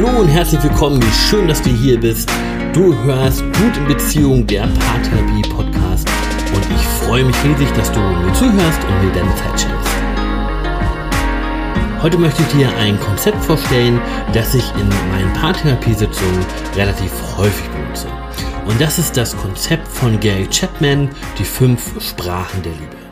Hallo und herzlich willkommen, wie schön, dass du hier bist. Du hörst Gut in Beziehung, der Paartherapie-Podcast, und ich freue mich riesig, dass du mir zuhörst und mir deine Zeit schenkst. Heute möchte ich dir ein Konzept vorstellen, das ich in meinen Paartherapiesitzungen relativ häufig benutze. Und das ist das Konzept von Gary Chapman, die 5 Sprachen der Liebe.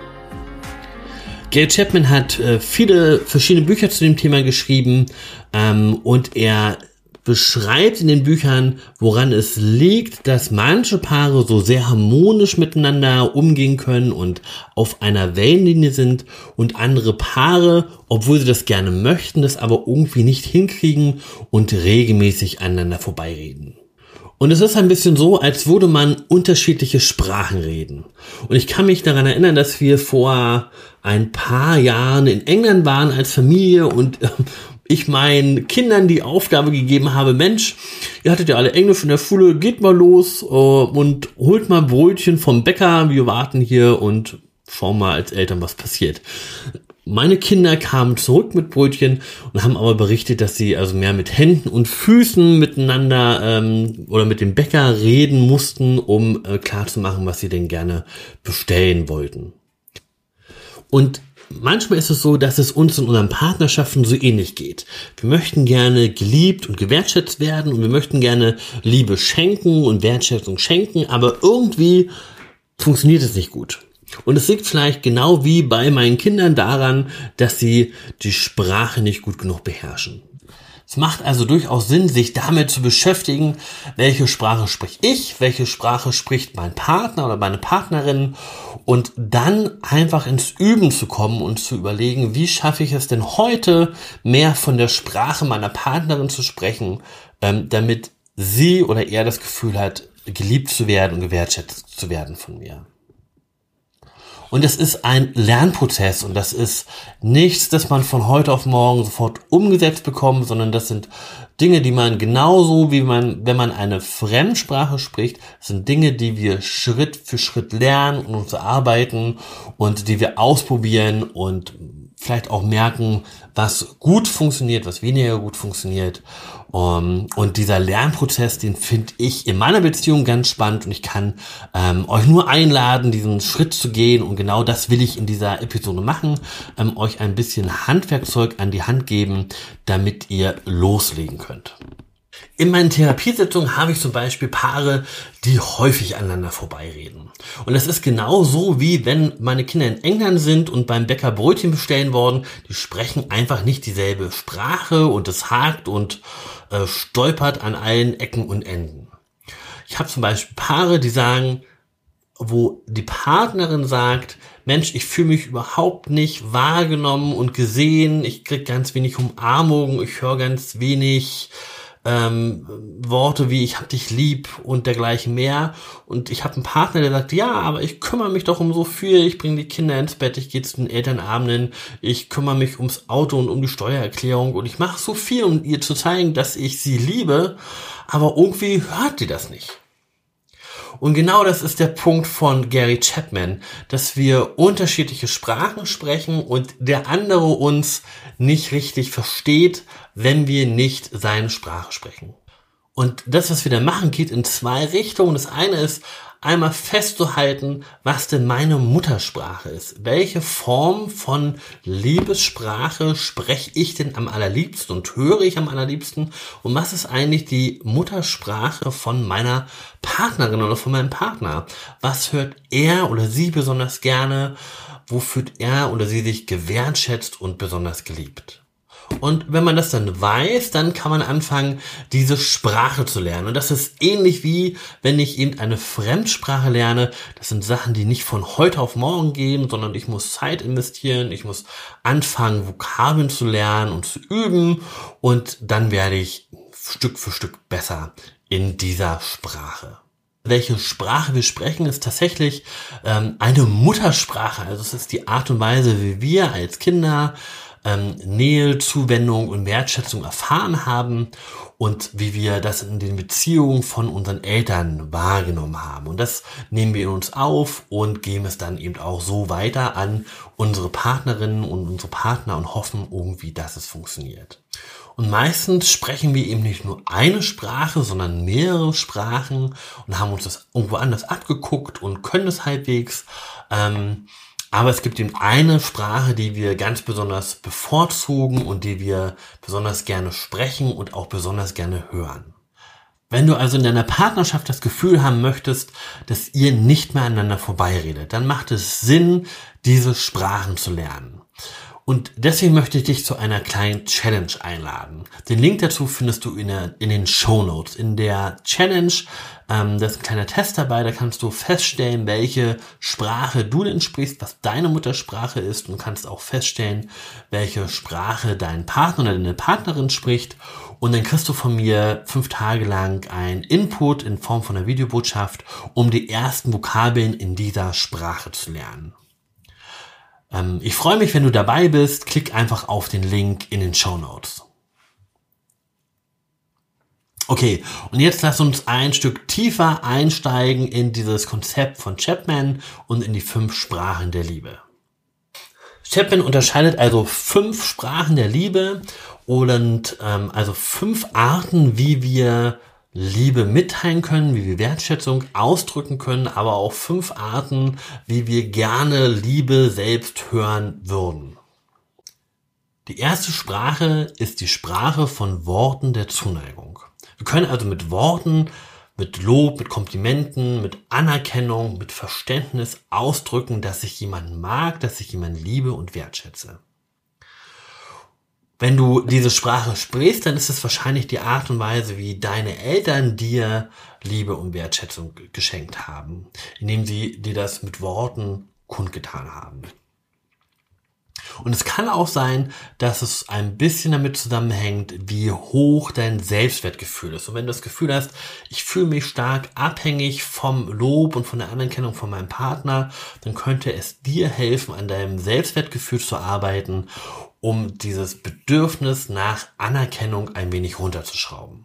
Gary Chapman hat viele verschiedene Bücher zu dem Thema geschrieben und er beschreibt in den Büchern, woran es liegt, dass manche Paare so sehr harmonisch miteinander umgehen können und auf einer Wellenlinie sind und andere Paare, obwohl sie das gerne möchten, das aber irgendwie nicht hinkriegen und regelmäßig aneinander vorbeireden. Und es ist ein bisschen so, als würde man unterschiedliche Sprachen reden. Und ich kann mich daran erinnern, dass wir vor ein paar Jahren in England waren als Familie und ich meinen Kindern die Aufgabe gegeben habe, Mensch, ihr hattet ja alle Englisch in der Schule, geht mal los und holt mal Brötchen vom Bäcker, wir warten hier und schauen mal als Eltern, was passiert. Meine Kinder kamen zurück mit Brötchen und haben aber berichtet, dass sie also mehr mit Händen und Füßen miteinander oder mit dem Bäcker reden mussten, um klarzumachen, was sie denn gerne bestellen wollten. Und manchmal ist es so, dass es uns in unseren Partnerschaften so ähnlich geht. Wir möchten gerne geliebt und gewertschätzt werden und wir möchten gerne Liebe schenken und Wertschätzung schenken, aber irgendwie funktioniert es nicht gut. Und es liegt vielleicht genau wie bei meinen Kindern daran, dass sie die Sprache nicht gut genug beherrschen. Es macht also durchaus Sinn, sich damit zu beschäftigen, welche Sprache spreche ich, welche Sprache spricht mein Partner oder meine Partnerin, und dann einfach ins Üben zu kommen und zu überlegen, wie schaffe ich es denn heute, mehr von der Sprache meiner Partnerin zu sprechen, damit sie oder er das Gefühl hat, geliebt zu werden und gewertschätzt zu werden von mir. Und es ist ein Lernprozess und das ist nichts, das man von heute auf morgen sofort umgesetzt bekommt, sondern das sind Dinge, die man genauso wie wenn man eine Fremdsprache spricht, das sind Dinge, die wir Schritt für Schritt lernen und uns erarbeiten und die wir ausprobieren und vielleicht auch merken, was gut funktioniert, was weniger gut funktioniert. Und dieser Lernprozess, den finde ich in meiner Beziehung ganz spannend und ich kann euch nur einladen, diesen Schritt zu gehen, und genau das will ich in dieser Episode machen, euch ein bisschen Handwerkzeug an die Hand geben, damit ihr loslegen könnt. In meinen Therapiesitzungen habe ich zum Beispiel Paare, die häufig aneinander vorbeireden. Und das ist genau so, wie wenn meine Kinder in England sind und beim Bäcker Brötchen bestellen wollen. Die sprechen einfach nicht dieselbe Sprache und es hakt und stolpert an allen Ecken und Enden. Ich habe zum Beispiel Paare, die sagen, wo die Partnerin sagt, Mensch, ich fühle mich überhaupt nicht wahrgenommen und gesehen, ich kriege ganz wenig Umarmung, ich höre ganz wenig Worte wie ich hab dich lieb und dergleichen mehr, und ich habe einen Partner, der sagt, ja, aber ich kümmere mich doch um so viel, ich bringe die Kinder ins Bett, ich gehe zu den Elternabenden, ich kümmere mich ums Auto und um die Steuererklärung und ich mache so viel, um ihr zu zeigen, dass ich sie liebe, aber irgendwie hört die das nicht. Und genau das ist der Punkt von Gary Chapman, dass wir unterschiedliche Sprachen sprechen und der andere uns nicht richtig versteht, wenn wir nicht seine Sprache sprechen. Und das, was wir da machen, geht in 2 Richtungen. Das eine ist, einmal festzuhalten, was denn meine Muttersprache ist. Welche Form von Liebessprache spreche ich denn am allerliebsten und höre ich am allerliebsten? Und was ist eigentlich die Muttersprache von meiner Partnerin oder von meinem Partner? Was hört er oder sie besonders gerne? Wo fühlt er oder sie sich gewertschätzt und besonders geliebt? Und wenn man das dann weiß, dann kann man anfangen, diese Sprache zu lernen. Und das ist ähnlich wie, wenn ich eben eine Fremdsprache lerne. Das sind Sachen, die nicht von heute auf morgen gehen, sondern ich muss Zeit investieren. Ich muss anfangen, Vokabeln zu lernen und zu üben. Und dann werde ich Stück für Stück besser in dieser Sprache. Welche Sprache wir sprechen, ist tatsächlich eine Muttersprache. Also es ist die Art und Weise, wie wir als Kinder Nähe, Zuwendung und Wertschätzung erfahren haben und wie wir das in den Beziehungen von unseren Eltern wahrgenommen haben. Und das nehmen wir in uns auf und geben es dann eben auch so weiter an unsere Partnerinnen und unsere Partner und hoffen irgendwie, dass es funktioniert. Und meistens sprechen wir eben nicht nur eine Sprache, sondern mehrere Sprachen und haben uns das irgendwo anders abgeguckt und können es halbwegs. Aber es gibt eben eine Sprache, die wir ganz besonders bevorzugen und die wir besonders gerne sprechen und auch besonders gerne hören. Wenn du also in deiner Partnerschaft das Gefühl haben möchtest, dass ihr nicht mehr aneinander vorbeiredet, dann macht es Sinn, diese Sprachen zu lernen. Und deswegen möchte ich dich zu einer kleinen Challenge einladen. Den Link dazu findest du in den Shownotes. In der Challenge, da ist ein kleiner Test dabei, da kannst du feststellen, welche Sprache du denn sprichst, was deine Muttersprache ist, und kannst auch feststellen, welche Sprache dein Partner oder deine Partnerin spricht. Und dann kriegst du von mir 5 Tage lang ein Input in Form von einer Videobotschaft, um die ersten Vokabeln in dieser Sprache zu lernen. Ich freue mich, wenn du dabei bist. Klick einfach auf den Link in den Shownotes. Okay, und jetzt lass uns ein Stück tiefer einsteigen in dieses Konzept von Chapman und in die 5 Sprachen der Liebe. Chapman unterscheidet also 5 Sprachen der Liebe und also 5 Arten, wie wir Liebe mitteilen können, wie wir Wertschätzung ausdrücken können, aber auch 5 Arten, wie wir gerne Liebe selbst hören würden. Die erste Sprache ist die Sprache von Worten der Zuneigung. Wir können also mit Worten, mit Lob, mit Komplimenten, mit Anerkennung, mit Verständnis ausdrücken, dass ich jemanden mag, dass ich jemanden liebe und wertschätze. Wenn du diese Sprache sprichst, dann ist es wahrscheinlich die Art und Weise, wie deine Eltern dir Liebe und Wertschätzung geschenkt haben, indem sie dir das mit Worten kundgetan haben. Und es kann auch sein, dass es ein bisschen damit zusammenhängt, wie hoch dein Selbstwertgefühl ist. Und wenn du das Gefühl hast, ich fühle mich stark abhängig vom Lob und von der Anerkennung von meinem Partner, dann könnte es dir helfen, an deinem Selbstwertgefühl zu arbeiten, um dieses Bedürfnis nach Anerkennung ein wenig runterzuschrauben.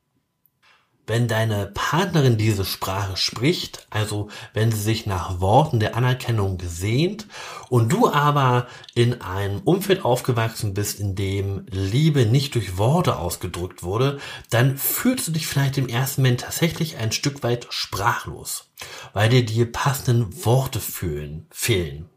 Wenn deine Partnerin diese Sprache spricht, also wenn sie sich nach Worten der Anerkennung sehnt und du aber in einem Umfeld aufgewachsen bist, in dem Liebe nicht durch Worte ausgedrückt wurde, dann fühlst du dich vielleicht im ersten Moment tatsächlich ein Stück weit sprachlos, weil dir die passenden Worte fehlen.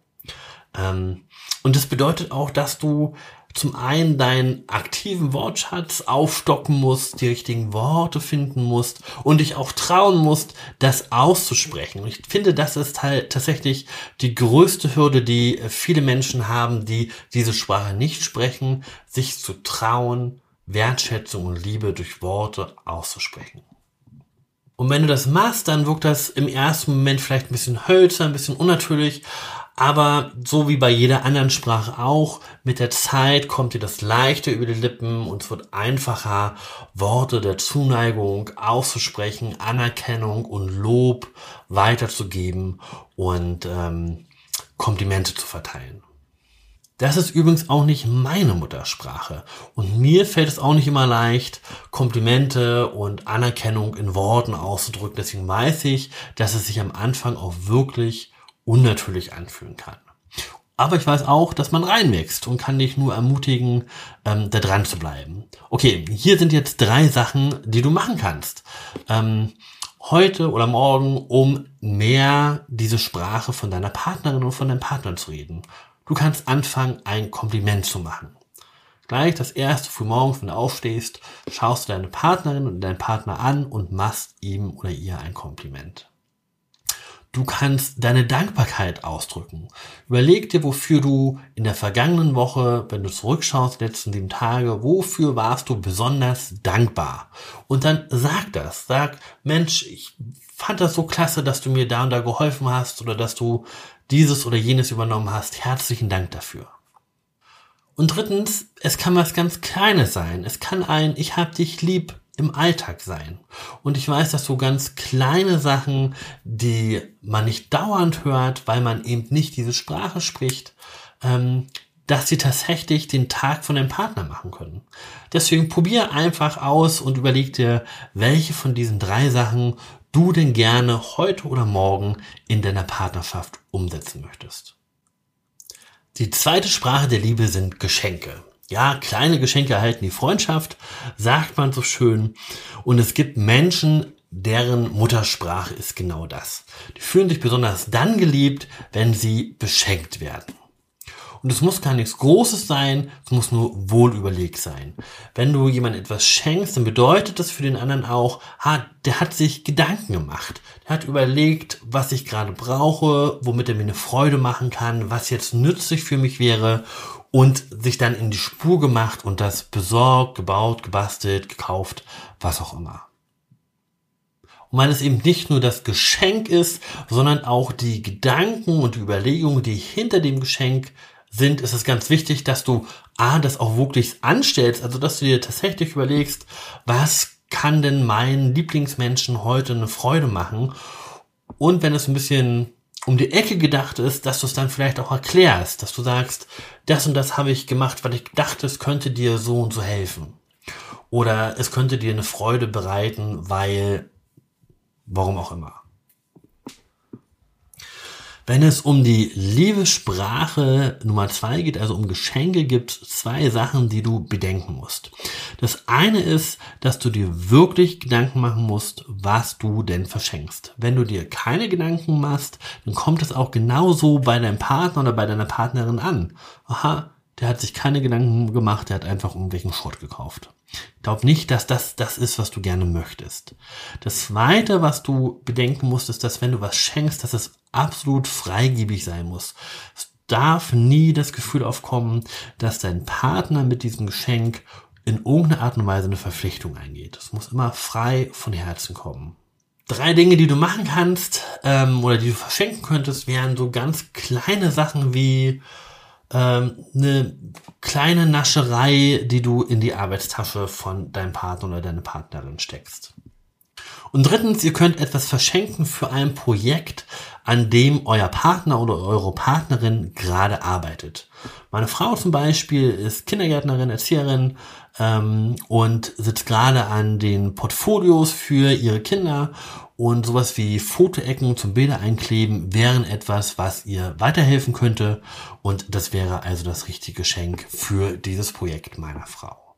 Und das bedeutet auch, dass du zum einen deinen aktiven Wortschatz aufstocken musst, die richtigen Worte finden musst und dich auch trauen musst, das auszusprechen. Und ich finde, das ist halt tatsächlich die größte Hürde, die viele Menschen haben, die diese Sprache nicht sprechen, sich zu trauen, Wertschätzung und Liebe durch Worte auszusprechen. Und wenn du das machst, dann wirkt das im ersten Moment vielleicht ein bisschen hölzern, ein bisschen unnatürlich, aber so wie bei jeder anderen Sprache auch, mit der Zeit kommt dir das leichter über die Lippen und es wird einfacher, Worte der Zuneigung auszusprechen, Anerkennung und Lob weiterzugeben und Komplimente zu verteilen. Das ist übrigens auch nicht meine Muttersprache und mir fällt es auch nicht immer leicht, Komplimente und Anerkennung in Worten auszudrücken. Deswegen weiß ich, dass es sich am Anfang auch wirklich unnatürlich anfühlen kann. Aber ich weiß auch, dass man reinwächst und kann dich nur ermutigen, da dran zu bleiben. Okay, hier sind jetzt 3 Sachen, die du machen kannst. Heute oder morgen, um mehr diese Sprache von deiner Partnerin und von deinem Partner zu reden. Du kannst anfangen, ein Kompliment zu machen. Gleich das erste früh morgens, wenn du aufstehst, schaust du deine Partnerin und deinen Partner an und machst ihm oder ihr ein Kompliment. Du kannst deine Dankbarkeit ausdrücken. Überleg dir, wofür du in der vergangenen Woche, wenn du zurückschaust, die letzten 7 Tage, wofür warst du besonders dankbar? Und dann sag das. Sag, Mensch, ich fand das so klasse, dass du mir da und da geholfen hast oder dass du dieses oder jenes übernommen hast. Herzlichen Dank dafür. Und drittens, es kann was ganz Kleines sein. Es kann ein Ich hab dich lieb im Alltag sein. Und ich weiß, dass so ganz kleine Sachen, die man nicht dauernd hört, weil man eben nicht diese Sprache spricht, dass sie tatsächlich den Tag von dem Partner machen können. Deswegen probier einfach aus und überleg dir, welche von diesen 3 Sachen du denn gerne heute oder morgen in deiner Partnerschaft umsetzen möchtest. Die zweite Sprache der Liebe sind Geschenke. Ja, kleine Geschenke erhalten die Freundschaft, sagt man so schön. Und es gibt Menschen, deren Muttersprache ist genau das. Die fühlen sich besonders dann geliebt, wenn sie beschenkt werden. Und es muss gar nichts Großes sein, es muss nur wohl überlegt sein. Wenn du jemandem etwas schenkst, dann bedeutet das für den anderen auch, der hat sich Gedanken gemacht. Der hat überlegt, was ich gerade brauche, womit er mir eine Freude machen kann, was jetzt nützlich für mich wäre und sich dann in die Spur gemacht und das besorgt, gebaut, gebastelt, gekauft, was auch immer. Und weil es eben nicht nur das Geschenk ist, sondern auch die Gedanken und die Überlegungen, die hinter dem Geschenk sind, ist es ganz wichtig, dass du das auch wirklich anstellst, also dass du dir tatsächlich überlegst, was kann denn meinen Lieblingsmenschen heute eine Freude machen? Und wenn es ein bisschen um die Ecke gedacht ist, dass du es dann vielleicht auch erklärst, dass du sagst, das und das habe ich gemacht, weil ich dachte, es könnte dir so und so helfen. Oder es könnte dir eine Freude bereiten, weil, warum auch immer. Wenn es um die Liebessprache Nummer 2 geht, also um Geschenke, gibt es 2 Sachen, die du bedenken musst. Das eine ist, dass du dir wirklich Gedanken machen musst, was du denn verschenkst. Wenn du dir keine Gedanken machst, dann kommt es auch genauso bei deinem Partner oder bei deiner Partnerin an. Aha, der hat sich keine Gedanken gemacht, der hat einfach irgendwelchen Schrott gekauft. Ich glaube nicht, dass das ist, was du gerne möchtest. Das Zweite, was du bedenken musst, ist, dass wenn du was schenkst, dass es absolut freigebig sein muss. Es darf nie das Gefühl aufkommen, dass dein Partner mit diesem Geschenk in irgendeiner Art und Weise eine Verpflichtung eingeht. Es muss immer frei von Herzen kommen. 3 Dinge, die du machen kannst oder die du verschenken könntest, wären so ganz kleine Sachen wie eine kleine Nascherei, die du in die Arbeitstasche von deinem Partner oder deiner Partnerin steckst. Und drittens, ihr könnt etwas verschenken für ein Projekt, an dem euer Partner oder eure Partnerin gerade arbeitet. Meine Frau zum Beispiel ist Kindergärtnerin, Erzieherin und sitzt gerade an den Portfolios für ihre Kinder. Und sowas wie Fotoecken zum Bilder einkleben wären etwas, was ihr weiterhelfen könnte. Und das wäre also das richtige Geschenk für dieses Projekt meiner Frau.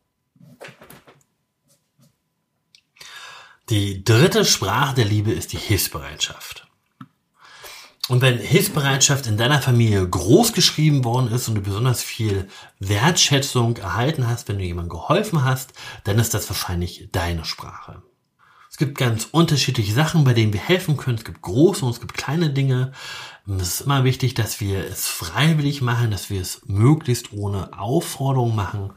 Die 3. Sprache der Liebe ist die Hilfsbereitschaft. Und wenn Hilfsbereitschaft in deiner Familie groß geschrieben worden ist und du besonders viel Wertschätzung erhalten hast, wenn du jemandem geholfen hast, dann ist das wahrscheinlich deine Sprache. Es gibt ganz unterschiedliche Sachen, bei denen wir helfen können. Es gibt große und es gibt kleine Dinge. Es ist immer wichtig, dass wir es freiwillig machen, dass wir es möglichst ohne Aufforderung machen,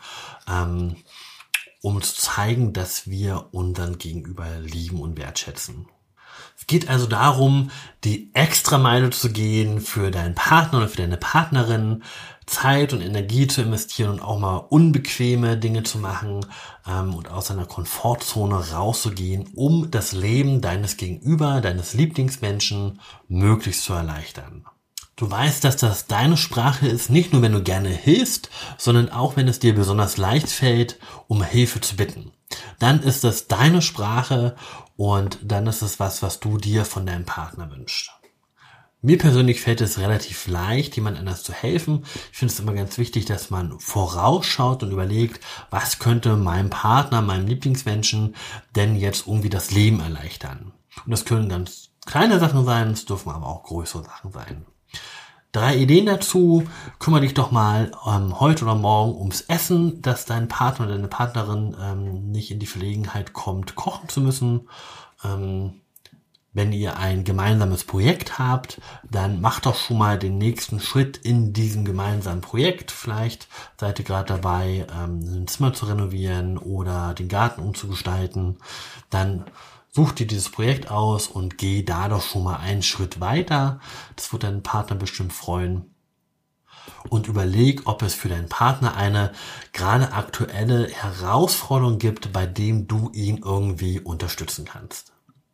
um zu zeigen, dass wir unseren Gegenüber lieben und wertschätzen. Es geht also darum, die Extrameile zu gehen für deinen Partner oder für deine Partnerin, Zeit und Energie zu investieren und auch mal unbequeme Dinge zu machen und aus deiner Komfortzone rauszugehen, um das Leben deines Gegenüber, deines Lieblingsmenschen möglichst zu erleichtern. Du weißt, dass das deine Sprache ist, nicht nur wenn du gerne hilfst, sondern auch wenn es dir besonders leicht fällt, um Hilfe zu bitten. Dann ist das deine Sprache und dann ist es was du dir von deinem Partner wünschst. Mir persönlich fällt es relativ leicht, jemand anders zu helfen. Ich finde es immer ganz wichtig, dass man vorausschaut und überlegt, was könnte meinem Partner, meinem Lieblingsmenschen denn jetzt irgendwie das Leben erleichtern. Und das können ganz kleine Sachen sein, es dürfen aber auch größere Sachen sein. 3 Ideen dazu. Kümmere dich doch mal heute oder morgen ums Essen, dass dein Partner oder deine Partnerin nicht in die Verlegenheit kommt, kochen zu müssen. Wenn ihr ein gemeinsames Projekt habt, dann macht doch schon mal den nächsten Schritt in diesem gemeinsamen Projekt. Vielleicht seid ihr gerade dabei, ein Zimmer zu renovieren oder den Garten umzugestalten. Dann such dir dieses Projekt aus und geh da doch schon mal einen Schritt weiter. Das wird deinen Partner bestimmt freuen. Und überleg, ob es für deinen Partner eine gerade aktuelle Herausforderung gibt, bei dem du ihn irgendwie unterstützen kannst.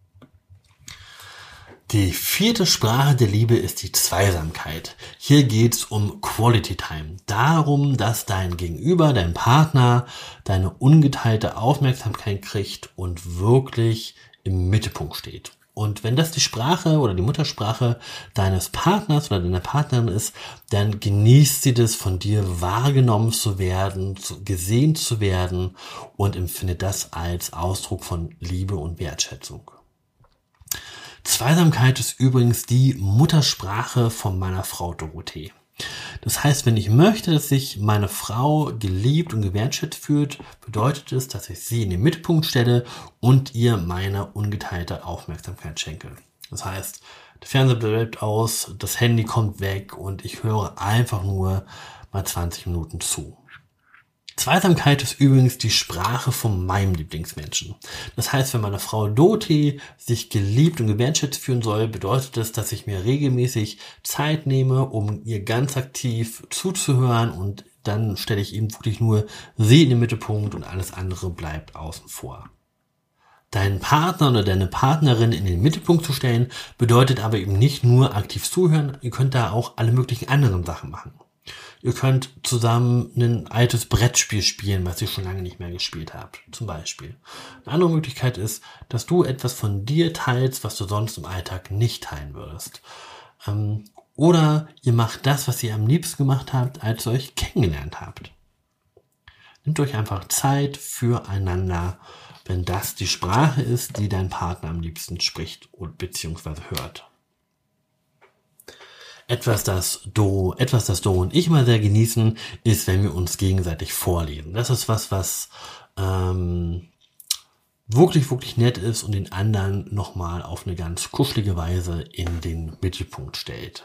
Die 4. Sprache der Liebe ist die Zweisamkeit. Hier geht's um Quality Time. Darum, dass dein Gegenüber, dein Partner, deine ungeteilte Aufmerksamkeit kriegt und wirklich im Mittelpunkt steht. Und wenn das die Sprache oder die Muttersprache deines Partners oder deiner Partnerin ist, dann genießt sie das, von dir wahrgenommen zu werden, gesehen zu werden und empfindet das als Ausdruck von Liebe und Wertschätzung. Zweisamkeit ist übrigens die Muttersprache von meiner Frau Dorothee. Das heißt, wenn ich möchte, dass sich meine Frau geliebt und gewertschätzt fühlt, bedeutet es, dass ich sie in den Mittelpunkt stelle und ihr meine ungeteilte Aufmerksamkeit schenke. Das heißt, der Fernseher bleibt aus, das Handy kommt weg und ich höre einfach nur mal 20 Minuten zu. Zweisamkeit ist übrigens die Sprache von meinem Lieblingsmenschen. Das heißt, wenn meine Frau Dorothee sich geliebt und gewertschätzt fühlen soll, bedeutet das, dass ich mir regelmäßig Zeit nehme, um ihr ganz aktiv zuzuhören, und dann stelle ich eben wirklich nur sie in den Mittelpunkt und alles andere bleibt außen vor. Deinen Partner oder deine Partnerin in den Mittelpunkt zu stellen, bedeutet aber eben nicht nur aktiv zuhören, ihr könnt da auch alle möglichen anderen Sachen machen. Ihr könnt zusammen ein altes Brettspiel spielen, was ihr schon lange nicht mehr gespielt habt, zum Beispiel. Eine andere Möglichkeit ist, dass du etwas von dir teilst, was du sonst im Alltag nicht teilen würdest. Oder ihr macht das, was ihr am liebsten gemacht habt, als ihr euch kennengelernt habt. Nehmt euch einfach Zeit füreinander, wenn das die Sprache ist, die dein Partner am liebsten spricht bzw. hört. Etwas, das Doro und ich mal sehr genießen, ist, wenn wir uns gegenseitig vorlesen. Das ist was wirklich, wirklich nett ist und den anderen nochmal auf eine ganz kuschelige Weise in den Mittelpunkt stellt.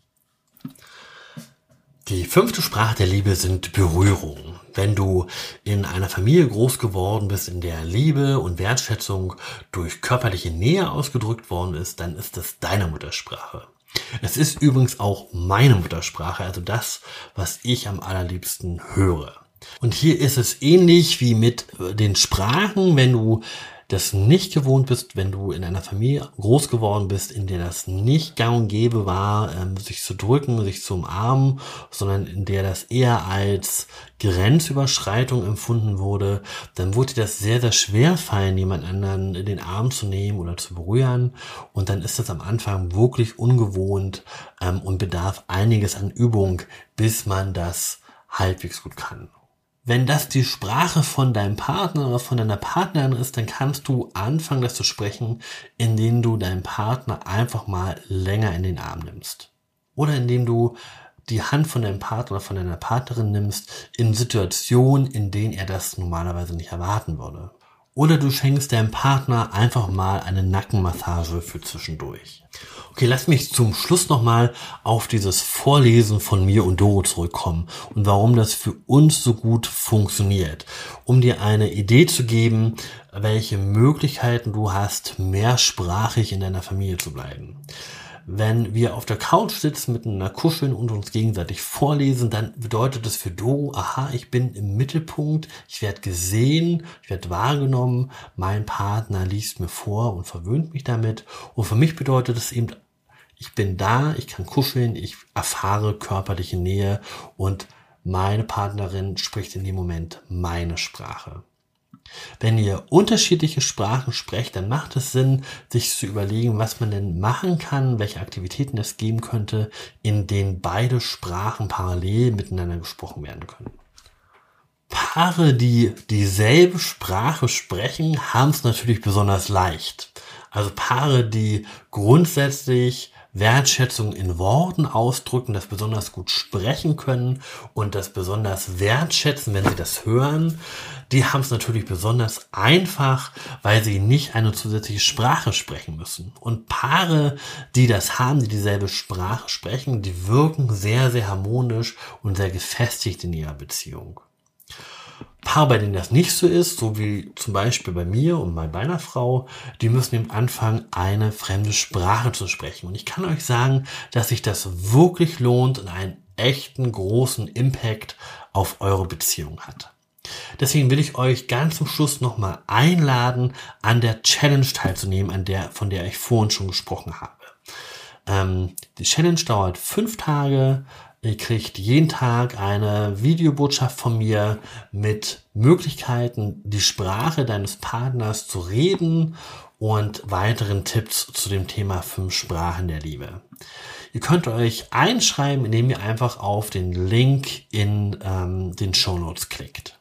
Die 5. Sprache der Liebe sind Berührungen. Wenn du in einer Familie groß geworden bist, in der Liebe und Wertschätzung durch körperliche Nähe ausgedrückt worden ist, dann ist das deine Muttersprache. Es ist übrigens auch meine Muttersprache, also das, was ich am allerliebsten höre. Und hier ist es ähnlich wie mit den Sprachen, wenn du das nicht gewohnt bist, wenn du in einer Familie groß geworden bist, in der das nicht gang und gäbe war, sich zu drücken, sich zu umarmen, sondern in der das eher als Grenzüberschreitung empfunden wurde, dann wurde dir das sehr, sehr schwer fallen, jemand anderen in den Arm zu nehmen oder zu berühren. Und dann ist das am Anfang wirklich ungewohnt und bedarf einiges an Übung, bis man das halbwegs gut kann. Wenn das die Sprache von deinem Partner oder von deiner Partnerin ist, dann kannst du anfangen, das zu sprechen, indem du deinen Partner einfach mal länger in den Arm nimmst. Oder indem du die Hand von deinem Partner oder von deiner Partnerin nimmst in Situationen, in denen er das normalerweise nicht erwarten würde. Oder du schenkst deinem Partner einfach mal eine Nackenmassage für zwischendurch. Okay, lass mich zum Schluss nochmal auf dieses Vorlesen von mir und Doro zurückkommen und warum das für uns so gut funktioniert. Um dir eine Idee zu geben, welche Möglichkeiten du hast, mehrsprachig in deiner Familie zu bleiben. Wenn wir auf der Couch sitzen, miteinander kuscheln und uns gegenseitig vorlesen, dann bedeutet das für Doro, aha, ich bin im Mittelpunkt, ich werde gesehen, ich werde wahrgenommen, mein Partner liest mir vor und verwöhnt mich damit. Und für mich bedeutet es eben, ich bin da, ich kann kuscheln, ich erfahre körperliche Nähe und meine Partnerin spricht in dem Moment meine Sprache. Wenn ihr unterschiedliche Sprachen sprecht, dann macht es Sinn, sich zu überlegen, was man denn machen kann, welche Aktivitäten es geben könnte, in denen beide Sprachen parallel miteinander gesprochen werden können. Paare, die dieselbe Sprache sprechen, haben es natürlich besonders leicht. Also Paare, die grundsätzlich Wertschätzung in Worten ausdrücken, das besonders gut sprechen können und das besonders wertschätzen, wenn sie das hören, die haben es natürlich besonders einfach, weil sie nicht eine zusätzliche Sprache sprechen müssen. Und Paare, die das haben, die dieselbe Sprache sprechen, die wirken sehr, sehr harmonisch und sehr gefestigt in ihrer Beziehung. Paare, bei denen das nicht so ist, so wie zum Beispiel bei mir und bei meiner Frau, die müssen eben anfangen, eine fremde Sprache zu sprechen. Und ich kann euch sagen, dass sich das wirklich lohnt und einen echten großen Impact auf eure Beziehung hat. Deswegen will ich euch ganz zum Schluss nochmal einladen, an der Challenge teilzunehmen, von der ich vorhin schon gesprochen habe. Die Challenge dauert 5 Tage. Ihr kriegt jeden Tag eine Videobotschaft von mir mit Möglichkeiten, die Sprache deines Partners zu reden und weiteren Tipps zu dem Thema 5 Sprachen der Liebe. Ihr könnt euch einschreiben, indem ihr einfach auf den Link in den Shownotes klickt.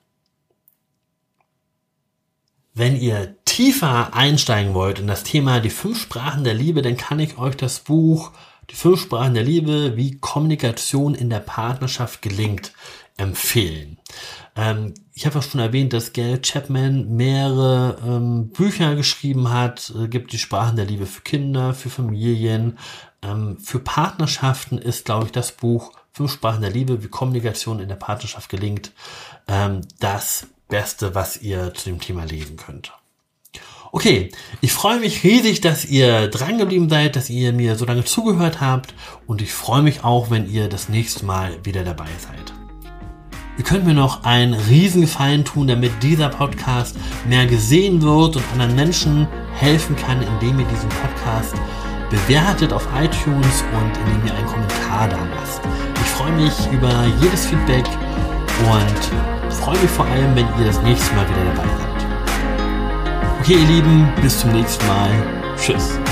Wenn ihr tiefer einsteigen wollt in das Thema die 5 Sprachen der Liebe, dann kann ich euch das Buch Die 5 Sprachen der Liebe, wie Kommunikation in der Partnerschaft gelingt, empfehlen. Ich habe auch schon erwähnt, dass Gail Chapman mehrere Bücher geschrieben hat. Gibt die Sprachen der Liebe für Kinder, für Familien, für Partnerschaften ist, glaube ich, das Buch 5 Sprachen der Liebe, wie Kommunikation in der Partnerschaft gelingt, das Beste, was ihr zu dem Thema lesen könnt. Okay, ich freue mich riesig, dass ihr dran geblieben seid, dass ihr mir so lange zugehört habt und ich freue mich auch, wenn ihr das nächste Mal wieder dabei seid. Ihr könnt mir noch einen riesen Gefallen tun, damit dieser Podcast mehr gesehen wird und anderen Menschen helfen kann, indem ihr diesen Podcast bewertet auf iTunes und indem ihr einen Kommentar da lasst. Ich freue mich über jedes Feedback und freue mich vor allem, wenn ihr das nächste Mal wieder dabei seid. Okay, ihr Lieben, bis zum nächsten Mal. Tschüss.